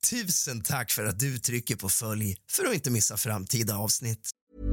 Tusen tack för att du trycker på följ för att inte missa framtida avsnitt.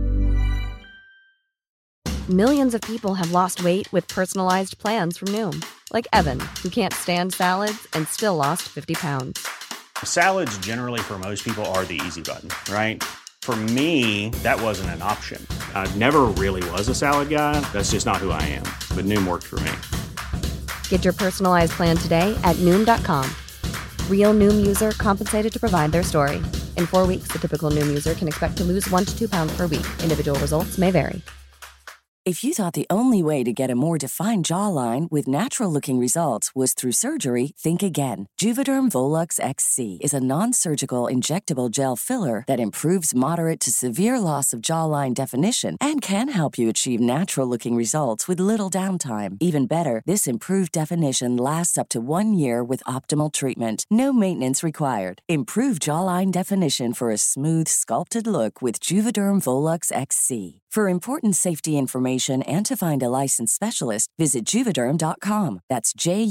Millions of people have lost weight with personalized plans from Noom. Like Evan, who can't stand salads and still lost 50 pounds. Salads generally for most people are the easy button, right? For me, that wasn't an option. I never really was a salad guy. That's just not who I am. But Noom worked for me. Get your personalized plan today at Noom.com. Real Noom user compensated to provide their story. In 4 weeks, the typical Noom user can expect to lose 1 to 2 pounds per week. Individual results may vary. If you thought the only way to get a more defined jawline with natural-looking results was through surgery, think again. Juvederm Volux XC is a non-surgical injectable gel filler that improves moderate to severe loss of jawline definition and can help you achieve natural-looking results with little downtime. Even better, this improved definition lasts up to 1 year with optimal treatment. No maintenance required. Improve jawline definition for a smooth, sculpted look with Juvederm Volux XC. For important safety information and to find a licensed specialist, visit Juvederm.com. That's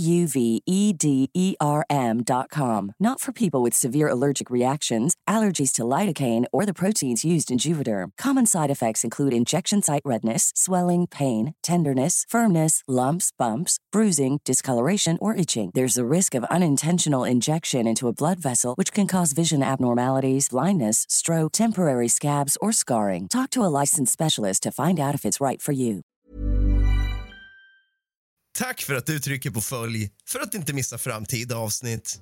JUVEDERM.com. Not for people with severe allergic reactions, allergies to lidocaine, or the proteins used in Juvederm. Common side effects include injection site redness, swelling, pain, tenderness, firmness, lumps, bumps, bruising, discoloration, or itching. There's a risk of unintentional injection into a blood vessel, which can cause vision abnormalities, blindness, stroke, temporary scabs, or scarring. Talk to a licensed specialist to find out if it's right for you. Tack för att du trycker på följ för att inte missa framtida avsnitt.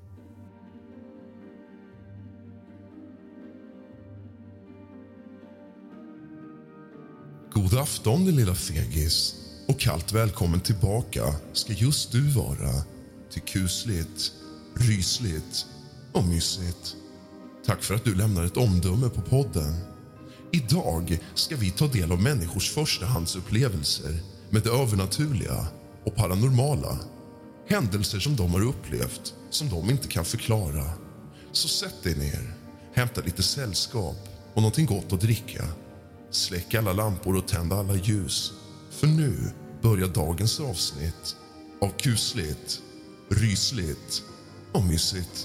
God afton, din lilla fegis. Och kallt välkommen tillbaka ska just du vara till kusligt, rysligt och mysigt. Tack för att du lämnar ett omdöme på podden. Idag ska vi ta del av människors förstahandsupplevelser med det övernaturliga och paranormala. Händelser som de har upplevt, som de inte kan förklara. Så sätt dig ner, hämta lite sällskap och någonting gott att dricka. Släck alla lampor och tänd alla ljus. För nu börjar dagens avsnitt av kusligt, rysligt och mysigt.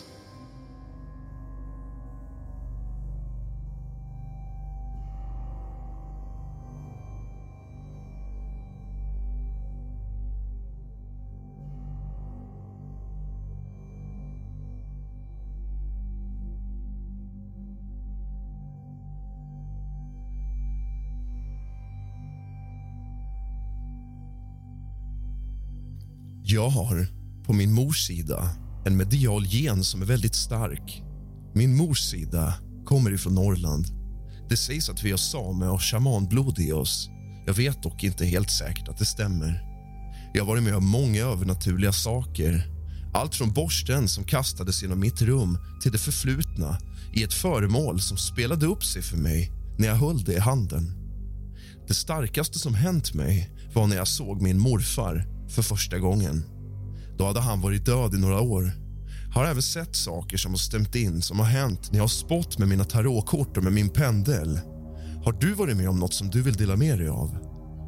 Jag har på min mors sida en medial gen som är väldigt stark. Min mors sida kommer ifrån Norrland. Det sägs att vi har same- och shamanblod i oss. Jag vet dock inte helt säkert att det stämmer. Jag har varit med om många övernaturliga saker. Allt från borsten som kastades genom mitt rum till det förflutna i ett föremål som spelade upp sig för mig när jag höll det i handen. Det starkaste som hänt mig var när jag såg min morfar för första gången. Då hade han varit död i några år. Har även sett saker som har stämt in som har hänt när jag har spott med mina tarotkort och med min pendel. Har du varit med om något som du vill dela med dig av?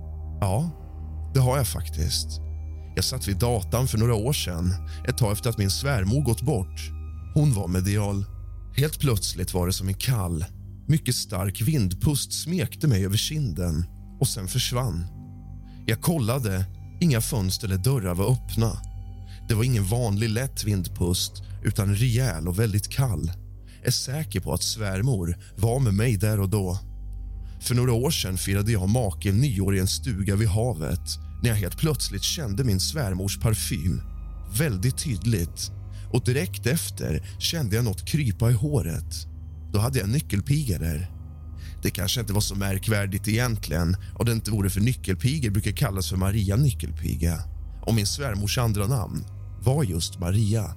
Ja, det har jag faktiskt. Jag satt vid datan för några år sedan, ett tag efter att min svärmor gått bort. Hon var medial. Helt plötsligt var det som en kall, mycket stark vindpust smekte mig över kinden och sen försvann. Jag kollade. Inga fönster eller dörrar var öppna. Det var ingen vanlig lätt vindpust utan rejäl och väldigt kall. Jag är säker på att svärmor var med mig där och då. För några år sedan firade jag och maken nyår i en stuga vid havet när jag helt plötsligt kände min svärmors parfym. Väldigt tydligt. Och direkt efter kände jag något krypa i håret. Då hade jag nyckelpiga där. Det kanske inte var så märkvärdigt egentligen och det inte vore för nyckelpigor brukar kallas för Maria nyckelpiga. Och min svärmors andra namn var just Maria.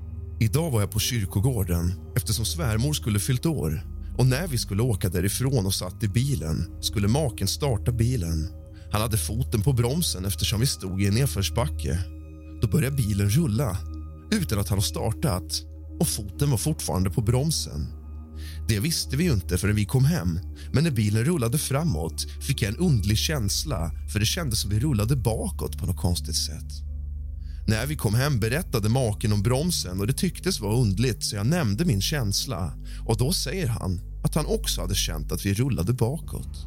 Idag var jag på kyrkogården eftersom svärmor skulle fyllt år. Och när vi skulle åka därifrån och satt i bilen skulle maken starta bilen. Han hade foten på bromsen eftersom vi stod i en nedförsbacke. Då började bilen rulla utan att han har startat och foten var fortfarande på bromsen. Det visste vi ju inte förrän vi kom hem, men när bilen rullade framåt fick jag en underlig känsla för det kändes som vi rullade bakåt på något konstigt sätt. När vi kom hem berättade maken om bromsen och det tycktes vara undligt, så jag nämnde min känsla. Och då säger han att han också hade känt att vi rullade bakåt.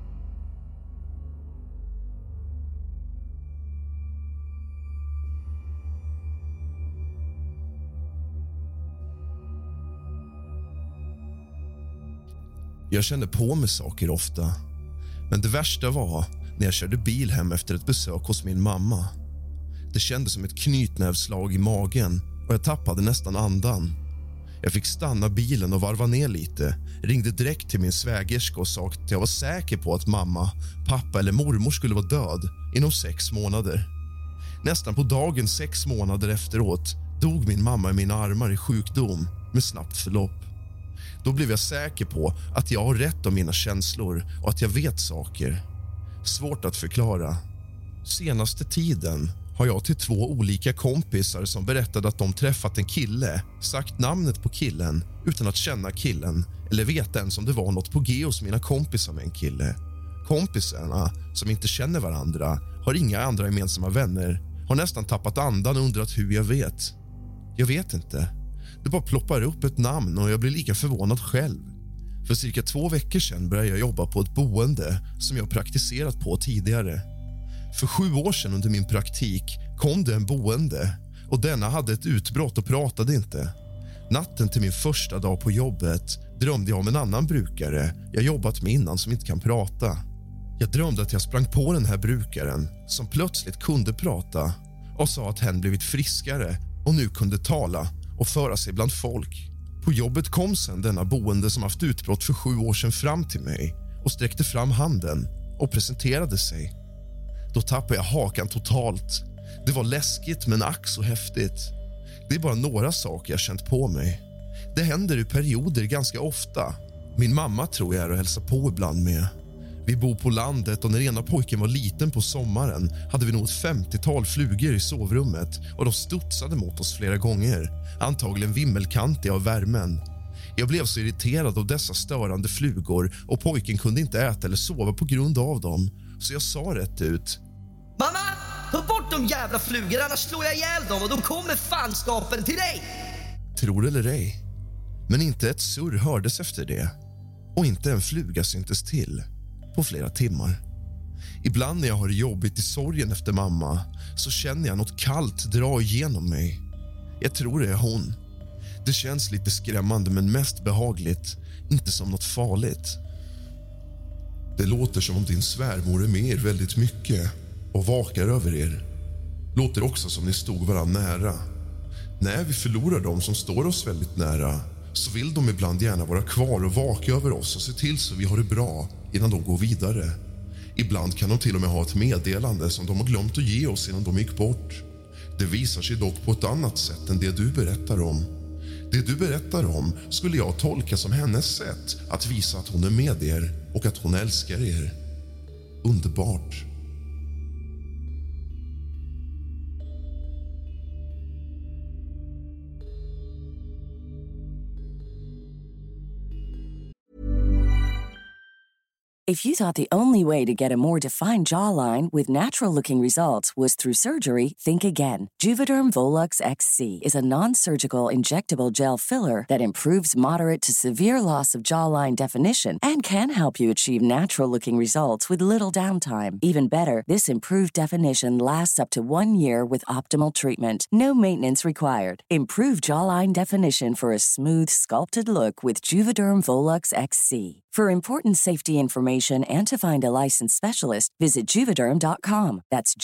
Jag kände på mig saker ofta. Men det värsta var när jag körde bil hem efter ett besök hos min mamma. Det kändes som ett knytnävslag i magen och jag tappade nästan andan. Jag fick stanna bilen och varva ner lite. Ringde direkt till min svägerska och sa att jag var säker på att mamma, pappa eller mormor skulle vara död inom 6 månader. Nästan på dagen 6 månader efteråt dog min mamma i mina armar i sjukdom med snabbt förlopp. Då blev jag säker på att jag har rätt om mina känslor och att jag vet saker. Svårt att förklara. Senaste tiden har jag till 2 olika kompisar som berättade att de träffat en kille, sagt namnet på killen utan att känna killen eller veta ens om det var något på G hos mina kompisar med en kille. Kompisarna, som inte känner varandra, har inga andra gemensamma vänner, har nästan tappat andan och undrat hur jag vet. Jag vet inte. Det bara ploppar upp ett namn och jag blir lika förvånad själv. För cirka 2 veckor sedan började jag jobba på ett boende som jag praktiserat på tidigare. För 7 år sedan under min praktik kom det en boende och denna hade ett utbrott och pratade inte. Natten till min första dag på jobbet drömde jag om en annan brukare jag jobbat med innan som inte kan prata. Jag drömde att jag sprang på den här brukaren som plötsligt kunde prata och sa att hen blivit friskare och nu kunde tala och föra sig bland folk. På jobbet kom sen denna boende som haft utbrott för 7 år sedan fram till mig och sträckte fram handen och presenterade sig. Då tappade jag hakan totalt. Det var läskigt men ack så häftigt. Det är bara några saker jag känt på mig. Det händer i perioder ganska ofta. Min mamma tror jag är och hälsar på ibland med. Vi bor på landet och när ena pojken var liten på sommaren hade vi nog ett 50-tal flugor i sovrummet och de studsade mot oss flera gånger, antagligen vimmelkantiga av värmen. Jag blev så irriterad av dessa störande flugor och pojken kunde inte äta eller sova på grund av dem, så jag sa rätt ut: Mamma, ta bort de jävla flugor, annars slår jag ihjäl dem och då kommer fanskapen till dig. Tror eller ej, men inte ett surr hördes efter det och inte en fluga syntes till på flera timmar. Ibland när jag har det jobbigt i sorgen efter mamma så känner jag något kallt dra igenom mig. Jag tror det är hon. Det känns lite skrämmande men mest behagligt, inte som något farligt. Det låter som om din svärmor är med er väldigt mycket och vakar över er. Låter också som ni stod varandra nära. När vi förlorar dem som står oss väldigt nära så vill de ibland gärna vara kvar och vaka över oss och se till så vi har det bra innan de går vidare. Ibland kan de till och med ha ett meddelande som de har glömt att ge oss innan de gick bort. Det visar sig dock på ett annat sätt än det du berättar om. Det du berättar om skulle jag tolka som hennes sätt att visa att hon är med er och att hon älskar er. Underbart. If you thought the only way to get a more defined jawline with natural-looking results was through surgery, think again. Juvederm Volux XC is a non-surgical injectable gel filler that improves moderate to severe loss of jawline definition and can help you achieve natural-looking results with little downtime. Even better, this improved definition lasts up to 1 year with optimal treatment. No maintenance required. Improve jawline definition for a smooth, sculpted look with Juvederm Volux XC. For important safety information and to find a licensed specialist, visit Juvederm.com. That's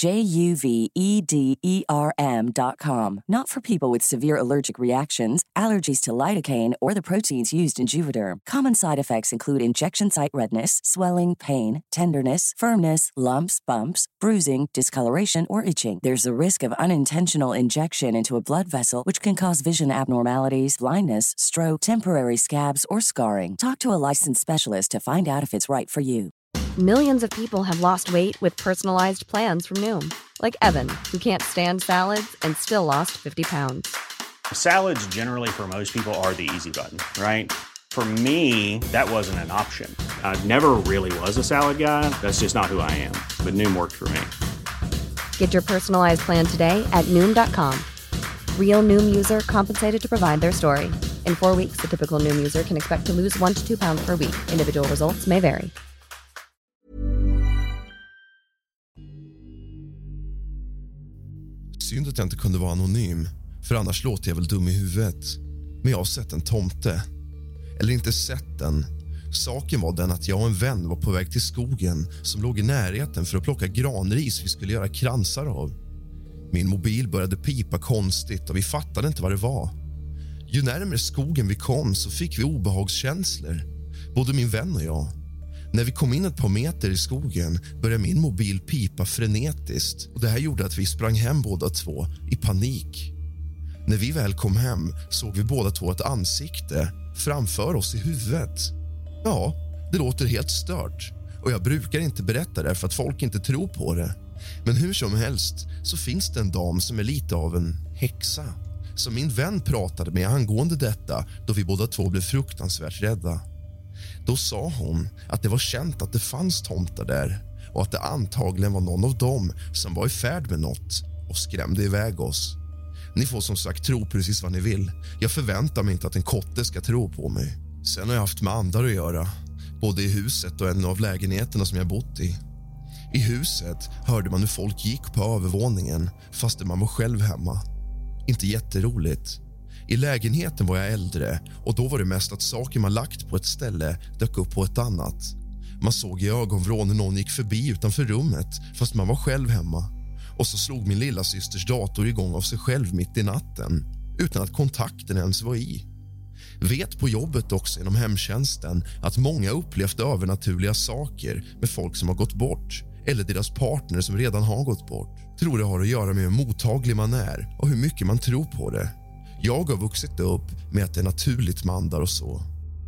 JUVEDERM.com. Not for people with severe allergic reactions, allergies to lidocaine, or the proteins used in Juvederm. Common side effects include injection site redness, swelling, pain, tenderness, firmness, lumps, bumps, bruising, discoloration, or itching. There's a risk of unintentional injection into a blood vessel, which can cause vision abnormalities, blindness, stroke, temporary scabs, or scarring. Talk to a licensed specialist to find out if it's right for you. Millions of people have lost weight with personalized plans from Noom. Like Evan, who can't stand salads and still lost 50 pounds. Salads generally for most people are the easy button, right? For me, that wasn't an option. I never really was a salad guy. That's just not who I am. But Noom worked for me. Get your personalized plan today at Noom.com. Real Noom user compensated to provide their story. In 4 weeks, the typical Noom user can expect to lose 1 to 2 pounds per week. Individual results may vary. Synd att jag inte kunde vara anonym, för annars låter jag väl dum i huvudet. Men jag har sett en tomte. Eller inte sett den. Saken var den att jag och en vän var på väg till skogen som låg i närheten för att plocka granris vi skulle göra kransar av. Min mobil började pipa konstigt och vi fattade inte vad det var. Ju närmare skogen vi kom så fick vi obehagskänslor, både min vän och jag. När vi kom in ett par meter i skogen började min mobil pipa frenetiskt och det här gjorde att vi sprang hem båda två i panik. När vi väl kom hem såg vi båda två ett ansikte framför oss i huvudet. Ja, det låter helt stört och jag brukar inte berätta det för att folk inte tror på det. Men hur som helst så finns det en dam som är lite av en häxa som min vän pratade med angående detta då vi båda två blev fruktansvärt rädda. Då sa hon att det var känt att det fanns tomtar där och att det antagligen var någon av dem som var i färd med något och skrämde iväg oss. Ni får som sagt tro precis vad ni vill. Jag förväntar mig inte att en kotte ska tro på mig. Sen har jag haft med andar att göra, både i huset och en av lägenheterna som jag bott i. I huset hörde man hur folk gick på övervåningen fast man var själv hemma. Inte jätteroligt. I lägenheten var jag äldre och då var det mest att saker man lagt på ett ställe dök upp på ett annat. Man såg i ögonvrån hur någon gick förbi utanför rummet fast man var själv hemma. Och så slog min lilla systers dator igång av sig själv mitt i natten utan att kontakten ens var i. Vet på jobbet också inom hemtjänsten att många upplevt övernaturliga saker med folk som har gått bort eller deras partner som redan har gått bort. Tror det har att göra med hur mottaglig man är och hur mycket man tror på det. Jag har vuxit upp med att det är naturligt med andar och så.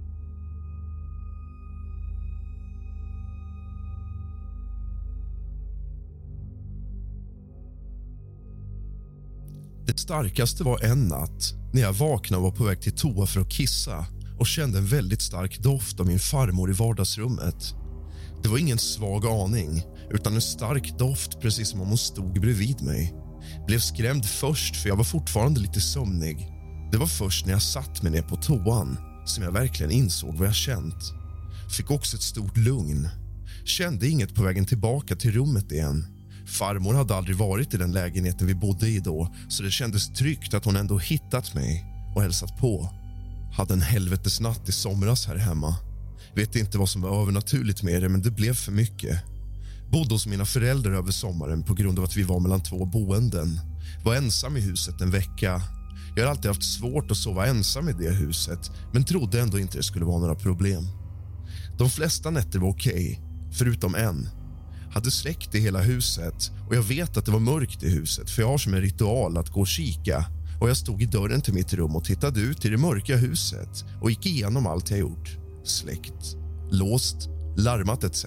Det starkaste var en natt när jag vaknade och var på väg till toa för att kissa och kände en väldigt stark doft av min farmor i vardagsrummet. Det var ingen svag aning utan en stark doft, precis som om hon stod bredvid mig. Blev skrämd först för jag var fortfarande lite sömnig. Det var först när jag satt mig ner på toan som jag verkligen insåg vad jag känt. Fick också ett stort lugn. Kände inget på vägen tillbaka till rummet igen. Farmor hade aldrig varit i den lägenheten vi bodde i då, så det kändes tryggt att hon ändå hittat mig och hälsat på. Hade en helvetesnatt i somras här hemma. Vet inte vad som var övernaturligt med det, men det blev för mycket. Bodde hos mina föräldrar över sommaren på grund av att vi var mellan 2 boenden. Var ensam i huset en vecka. Jag har alltid haft svårt att sova ensam i det huset, men trodde ändå inte det skulle vara några problem. De flesta nätter var okej, förutom en. Hade släckt i hela huset och jag vet att det var mörkt i huset för jag har som en ritual att gå och kika. Och jag stod i dörren till mitt rum och tittade ut i det mörka huset och gick igenom allt jag gjort. Släckt, låst, larmat etc.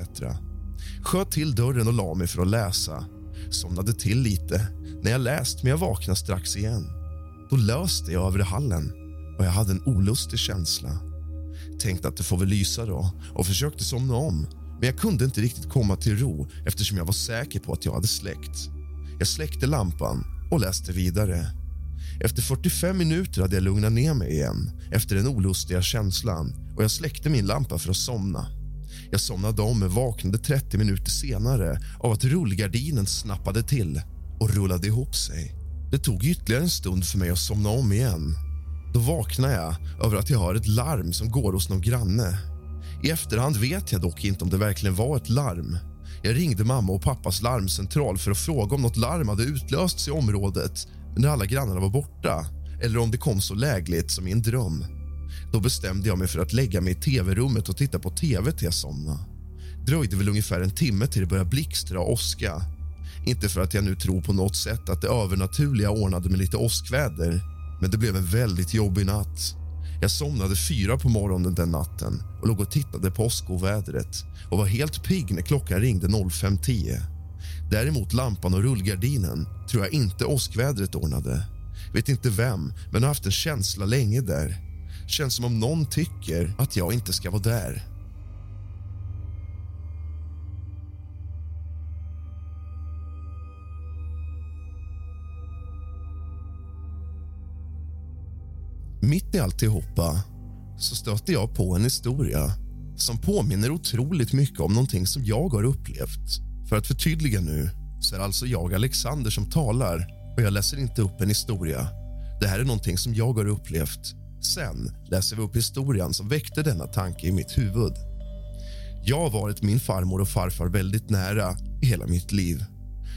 Sköt till dörren och la mig för att läsa. Somnade till lite när jag läst, men jag vaknade strax igen. Då löste jag över hallen och jag hade en olustig känsla. Tänkte att det får väl lysa då och försökte somna om. Men jag kunde inte riktigt komma till ro eftersom jag var säker på att jag hade släckt. Jag släckte lampan och läste vidare. Efter 45 minuter hade jag lugnat ner mig igen efter den olustiga känslan och jag släckte min lampa för att somna. Jag somnade om men vaknade 30 minuter senare av att rullgardinen snappade till och rullade ihop sig. Det tog ytterligare en stund för mig att somna om igen. Då vaknade jag över att jag hör ett larm som går hos någon granne. I efterhand vet jag dock inte om det verkligen var ett larm. Jag ringde mamma och pappas larmcentral för att fråga om något larm hade utlösts i området när alla grannarna var borta eller om det kom så lägligt som i en dröm. Då bestämde jag mig för att lägga mig i tv-rummet och titta på tv till jag somnade. Dröjde väl ungefär en timme till det började blixtra och åska. Inte för att jag nu tror på något sätt att det övernaturliga ordnade med lite åskväder, men det blev en väldigt jobbig natt. Jag somnade 4 på morgonen den natten och låg och tittade på åskovädret och var helt pigg när klockan ringde 05:10. Däremot lampan och rullgardinen tror jag inte åskvädret ordnade. Vet inte vem, men har haft en känsla länge där. Känns som om någon tycker att jag inte ska vara där. mitt i alltihopa så stötte jag på en historia som påminner otroligt mycket om någonting som jag har upplevt. För att förtydliga nu så är det alltså jag, Alexander, som talar och jag läser inte upp en historia. Det här är någonting som jag har upplevt. Sen läser vi upp historien som väckte denna tanke i mitt huvud. Jag har varit min farmor och farfar väldigt nära i hela mitt liv.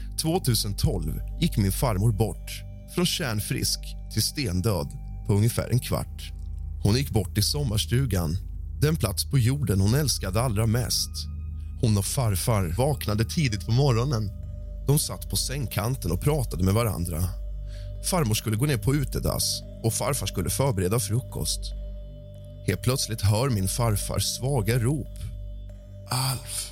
2012 gick min farmor bort från kärnfrisk till stendöd på ungefär en kvart. Hon gick bort i sommarstugan, den plats på jorden hon älskade allra mest. Hon och farfar vaknade tidigt på morgonen. De satt på sängkanten och pratade med varandra. Farmor skulle gå ner på utedass och farfar skulle förbereda frukost. Helt plötsligt hör min farfar svaga rop. Alf,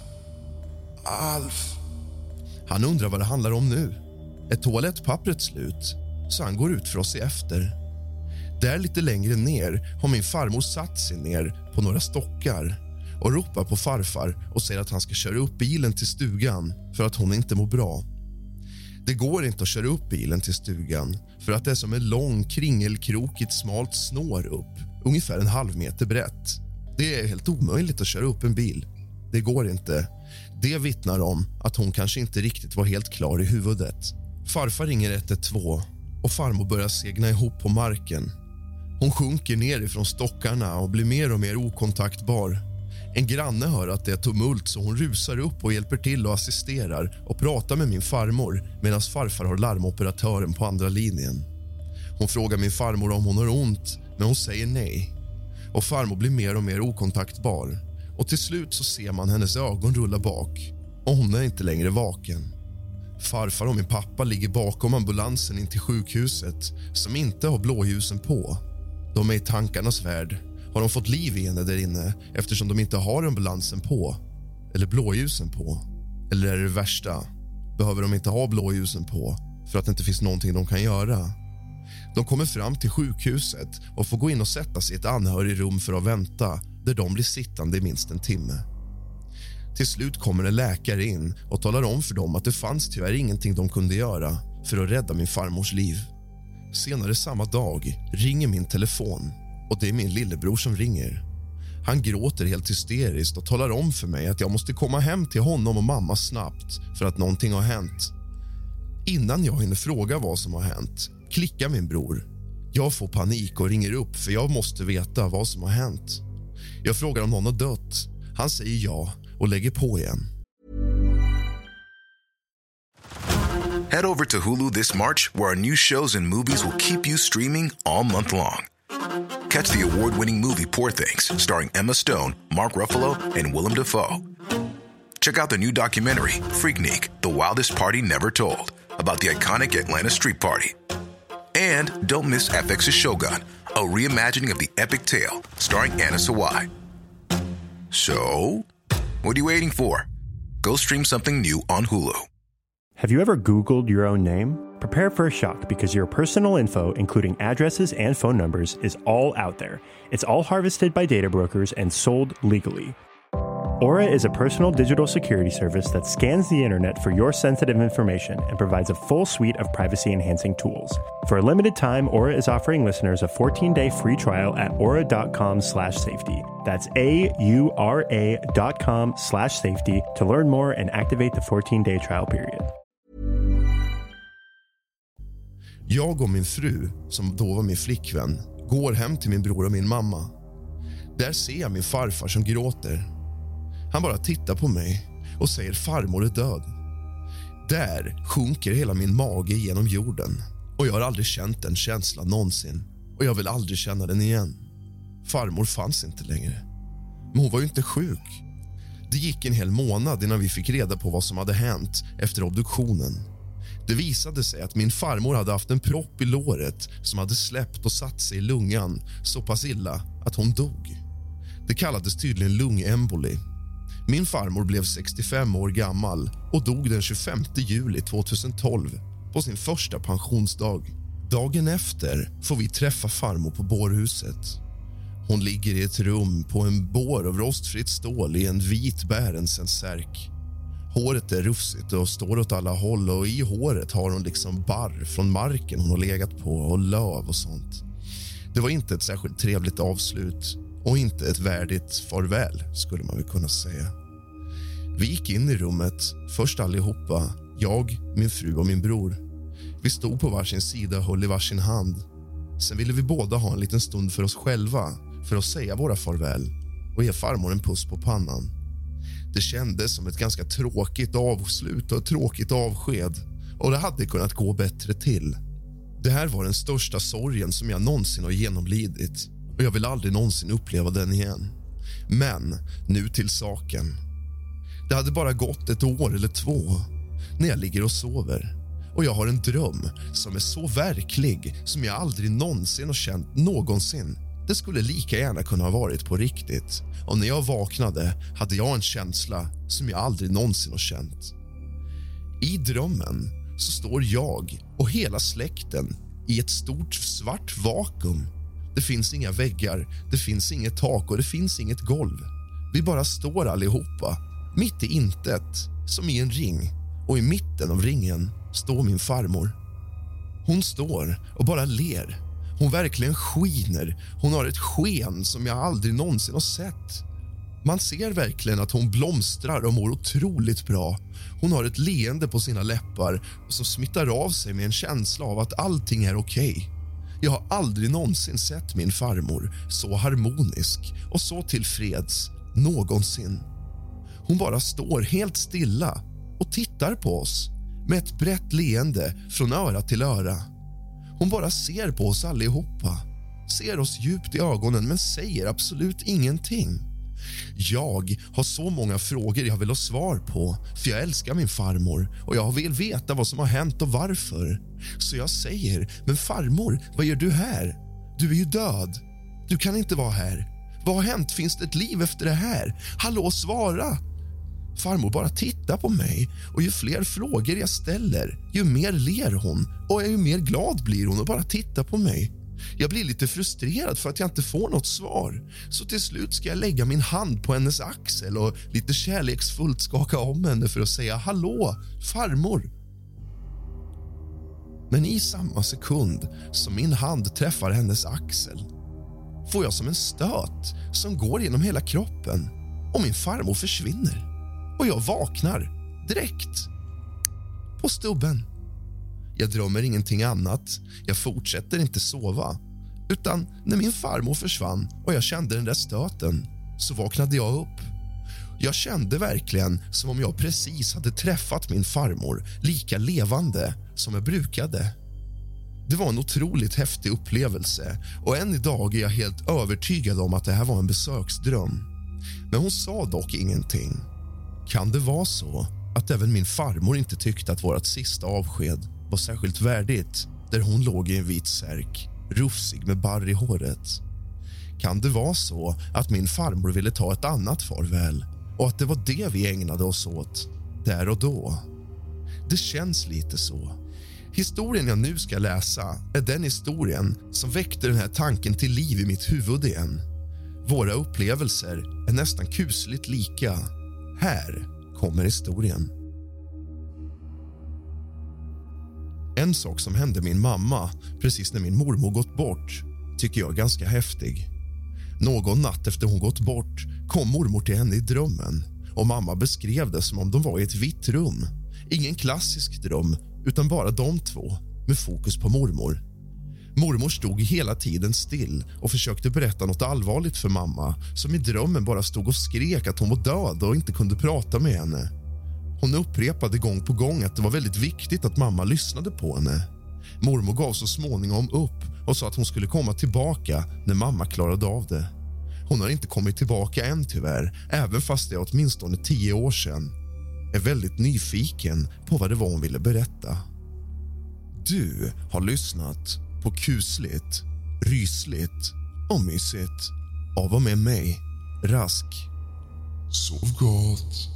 Alf. Han undrar vad det handlar om nu. Är toalettpappret slut? Så han går ut för att se efter. Där lite längre ner har min farmor satt sig ner på några stockar och ropar på farfar och säger att han ska köra upp bilen till stugan för att hon inte mår bra. Det går inte att köra upp bilen till stugan för att det är som en lång, kringelkrokigt, smalt snår upp, ungefär en halv meter brett. Det är helt omöjligt att köra upp en bil. Det går inte. Det vittnar om att hon kanske inte riktigt var helt klar i huvudet. Farfar ringer 112 och farmor börjar segna ihop på marken. Hon sjunker ner ifrån stockarna och blir mer och mer okontaktbar. En granne hör att det är tumult så hon rusar upp och hjälper till och assisterar och pratar med min farmor medan farfar har larmoperatören på andra linjen. Hon frågar min farmor om hon har ont, men hon säger nej. Och farmor blir mer och mer okontaktbar. Och till slut så ser man hennes ögon rulla bak och hon är inte längre vaken. Farfar och min pappa ligger bakom ambulansen in till sjukhuset som inte har blåljusen på. De är i tankarnas värld. Har de fått liv i henne där inne eftersom de inte har ambulansen på? Eller blåljusen på? Eller är det värsta? Behöver de inte ha blåljusen på för att det inte finns någonting de kan göra? De kommer fram till sjukhuset och får gå in och sätta sig i ett anhörigrum för att vänta, där de blir sittande i minst en timme. Till slut kommer en läkare in och talar om för dem att det fanns tyvärr ingenting de kunde göra för att rädda min farmors liv. Senare samma dag ringer min telefon och det är min lillebror som ringer. Han gråter helt hysteriskt och talar om för mig att jag måste komma hem till honom och mamma snabbt för att någonting har hänt. Innan jag hinner fråga vad som har hänt klickar min bror. Jag får panik och ringer upp för jag måste veta vad som har hänt. Jag frågar om någon har dött. Han säger ja och lägger på igen. Head over to Hulu this March, where our new shows and movies will keep you streaming all month long. Catch the award-winning movie Poor Things, starring Emma Stone, Mark Ruffalo, and Willem Dafoe. Check out the new documentary, Freaknik, The Wildest Party Never Told, about the iconic Atlanta Street Party. And don't miss FX's Shogun, a reimagining of the epic tale, starring Anna Sawai. So, what are you waiting for? Go stream something new on Hulu. Have you ever Googled your own name? Prepare for a shock because your personal info, including addresses and phone numbers, is all out there. It's all harvested by data brokers and sold legally. Aura is a personal digital security service that scans the internet for your sensitive information and provides a full suite of privacy-enhancing tools. For a limited time, Aura is offering listeners a 14-day free trial at aura.com/safety. That's AURA.com/safety to learn more and activate the 14-day trial period. Jag och min fru, som då var min flickvän, går hem till min bror och min mamma. Där ser jag min farfar som gråter. Han bara tittar på mig och säger farmor är död. Där sjunker hela min mage genom jorden och jag har aldrig känt den känslan någonsin och jag vill aldrig känna den igen. Farmor fanns inte längre. Men hon var ju inte sjuk. Det gick en hel månad innan vi fick reda på vad som hade hänt efter obduktionen. Det visade sig att min farmor hade haft en propp i låret som hade släppt och satt sig i lungan så pass illa att hon dog. Det kallades tydligen lungemboli. Min farmor blev 65 år gammal och dog den 25 juli 2012 på sin första pensionsdag. Dagen efter får vi träffa farmor på bårhuset. Hon ligger i ett rum på en bår av rostfritt stål i en vit bärensensärk. Håret är rufsigt och står åt alla håll och i håret har hon liksom barr från marken hon har legat på och löv och sånt. Det var inte ett särskilt trevligt avslut och inte ett värdigt farväl, skulle man väl kunna säga. Vi gick in i rummet, först allihopa, jag, min fru och min bror. Vi stod på varsin sida och höll i varsin hand. Sen ville vi båda ha en liten stund för oss själva, för att säga våra farväl och ge farmor en puss på pannan. Det kändes som ett ganska tråkigt avslut och ett tråkigt avsked, och det hade kunnat gå bättre till. Det här var den största sorgen som jag någonsin har genomlidit, och jag vill aldrig någonsin uppleva den igen. Men nu till saken. Det hade bara gått 1 år eller 2 när jag ligger och sover, och jag har en dröm som är så verklig som jag aldrig någonsin har känt någonsin. Det skulle lika gärna kunna ha varit på riktigt, och när jag vaknade hade jag en känsla som jag aldrig någonsin har känt. I drömmen så står jag och hela släkten i ett stort svart vakuum. Det finns inga väggar, det finns inget tak och det finns inget golv. Vi bara står allihopa, mitt i intet, som i en ring, och i mitten av ringen står min farmor. Hon står och bara ler. Hon verkligen skiner. Hon har ett sken som jag aldrig någonsin har sett. Man ser verkligen att hon blomstrar och mår otroligt bra. Hon har ett leende på sina läppar som smittar av sig med en känsla av att allting är okej. Jag har aldrig någonsin sett min farmor så harmonisk och så tillfreds någonsin. Hon bara står helt stilla och tittar på oss med ett brett leende från öra till öra. Hon bara ser på oss allihopa, ser oss djupt i ögonen men säger absolut ingenting. Jag har så många frågor jag vill ha svar på, för jag älskar min farmor och jag vill veta vad som har hänt och varför. Så jag säger, men farmor, vad gör du här? Du är ju död. Du kan inte vara här. Vad har hänt? Finns det ett liv efter det här? Hallå, svara! Farmor bara tittar på mig, och ju fler frågor jag ställer, ju mer ler hon och ju mer glad blir hon och bara tittar på mig. Jag blir lite frustrerad för att jag inte får något svar, så till slut ska jag lägga min hand på hennes axel och lite kärleksfullt skaka om henne för att säga hallå, farmor. Men i samma sekund som min hand träffar hennes axel får jag som en stöt som går genom hela kroppen, och min farmor försvinner. Och jag vaknar direkt på stubben. Jag drömmer ingenting annat. Jag fortsätter inte sova. Utan när min farmor försvann och jag kände den där stöten, så vaknade jag upp. Jag kände verkligen som om jag precis hade träffat min farmor, lika levande som jag brukade. Det var en otroligt häftig upplevelse, och än idag är jag helt övertygad om att det här var en besöksdröm. Men hon sa dock ingenting. Kan det vara så att även min farmor inte tyckte att vårt sista avsked var särskilt värdigt, där hon låg i en vit särk, rufsig med barr i håret? Kan det vara så att min farmor ville ta ett annat farväl, och att det var det vi ägnade oss åt där och då? Det känns lite så. Historien jag nu ska läsa är den historien som väckte den här tanken till liv i mitt huvud igen. Våra upplevelser är nästan kusligt lika. Här kommer historien. En sak som hände min mamma precis när min mormor gått bort tycker jag är ganska häftig. Någon natt efter hon gått bort kom mormor till henne i drömmen, och mamma beskrev det som om de var i ett vitt rum. Ingen klassisk dröm, utan bara de två, med fokus på mormor. Mormor stod hela tiden still och försökte berätta något allvarligt för mamma, som i drömmen bara stod och skrek att hon var död och inte kunde prata med henne. Hon upprepade gång på gång att det var väldigt viktigt att mamma lyssnade på henne. Mormor gav så småningom upp och sa att hon skulle komma tillbaka när mamma klarade av det. Hon har inte kommit tillbaka än tyvärr, även fast det är åtminstone 10 år sedan. Jag är väldigt nyfiken på vad det var hon ville berätta. Du har lyssnat på kusligt, rysligt och mysigt av och med mig, Rask. Sov gott.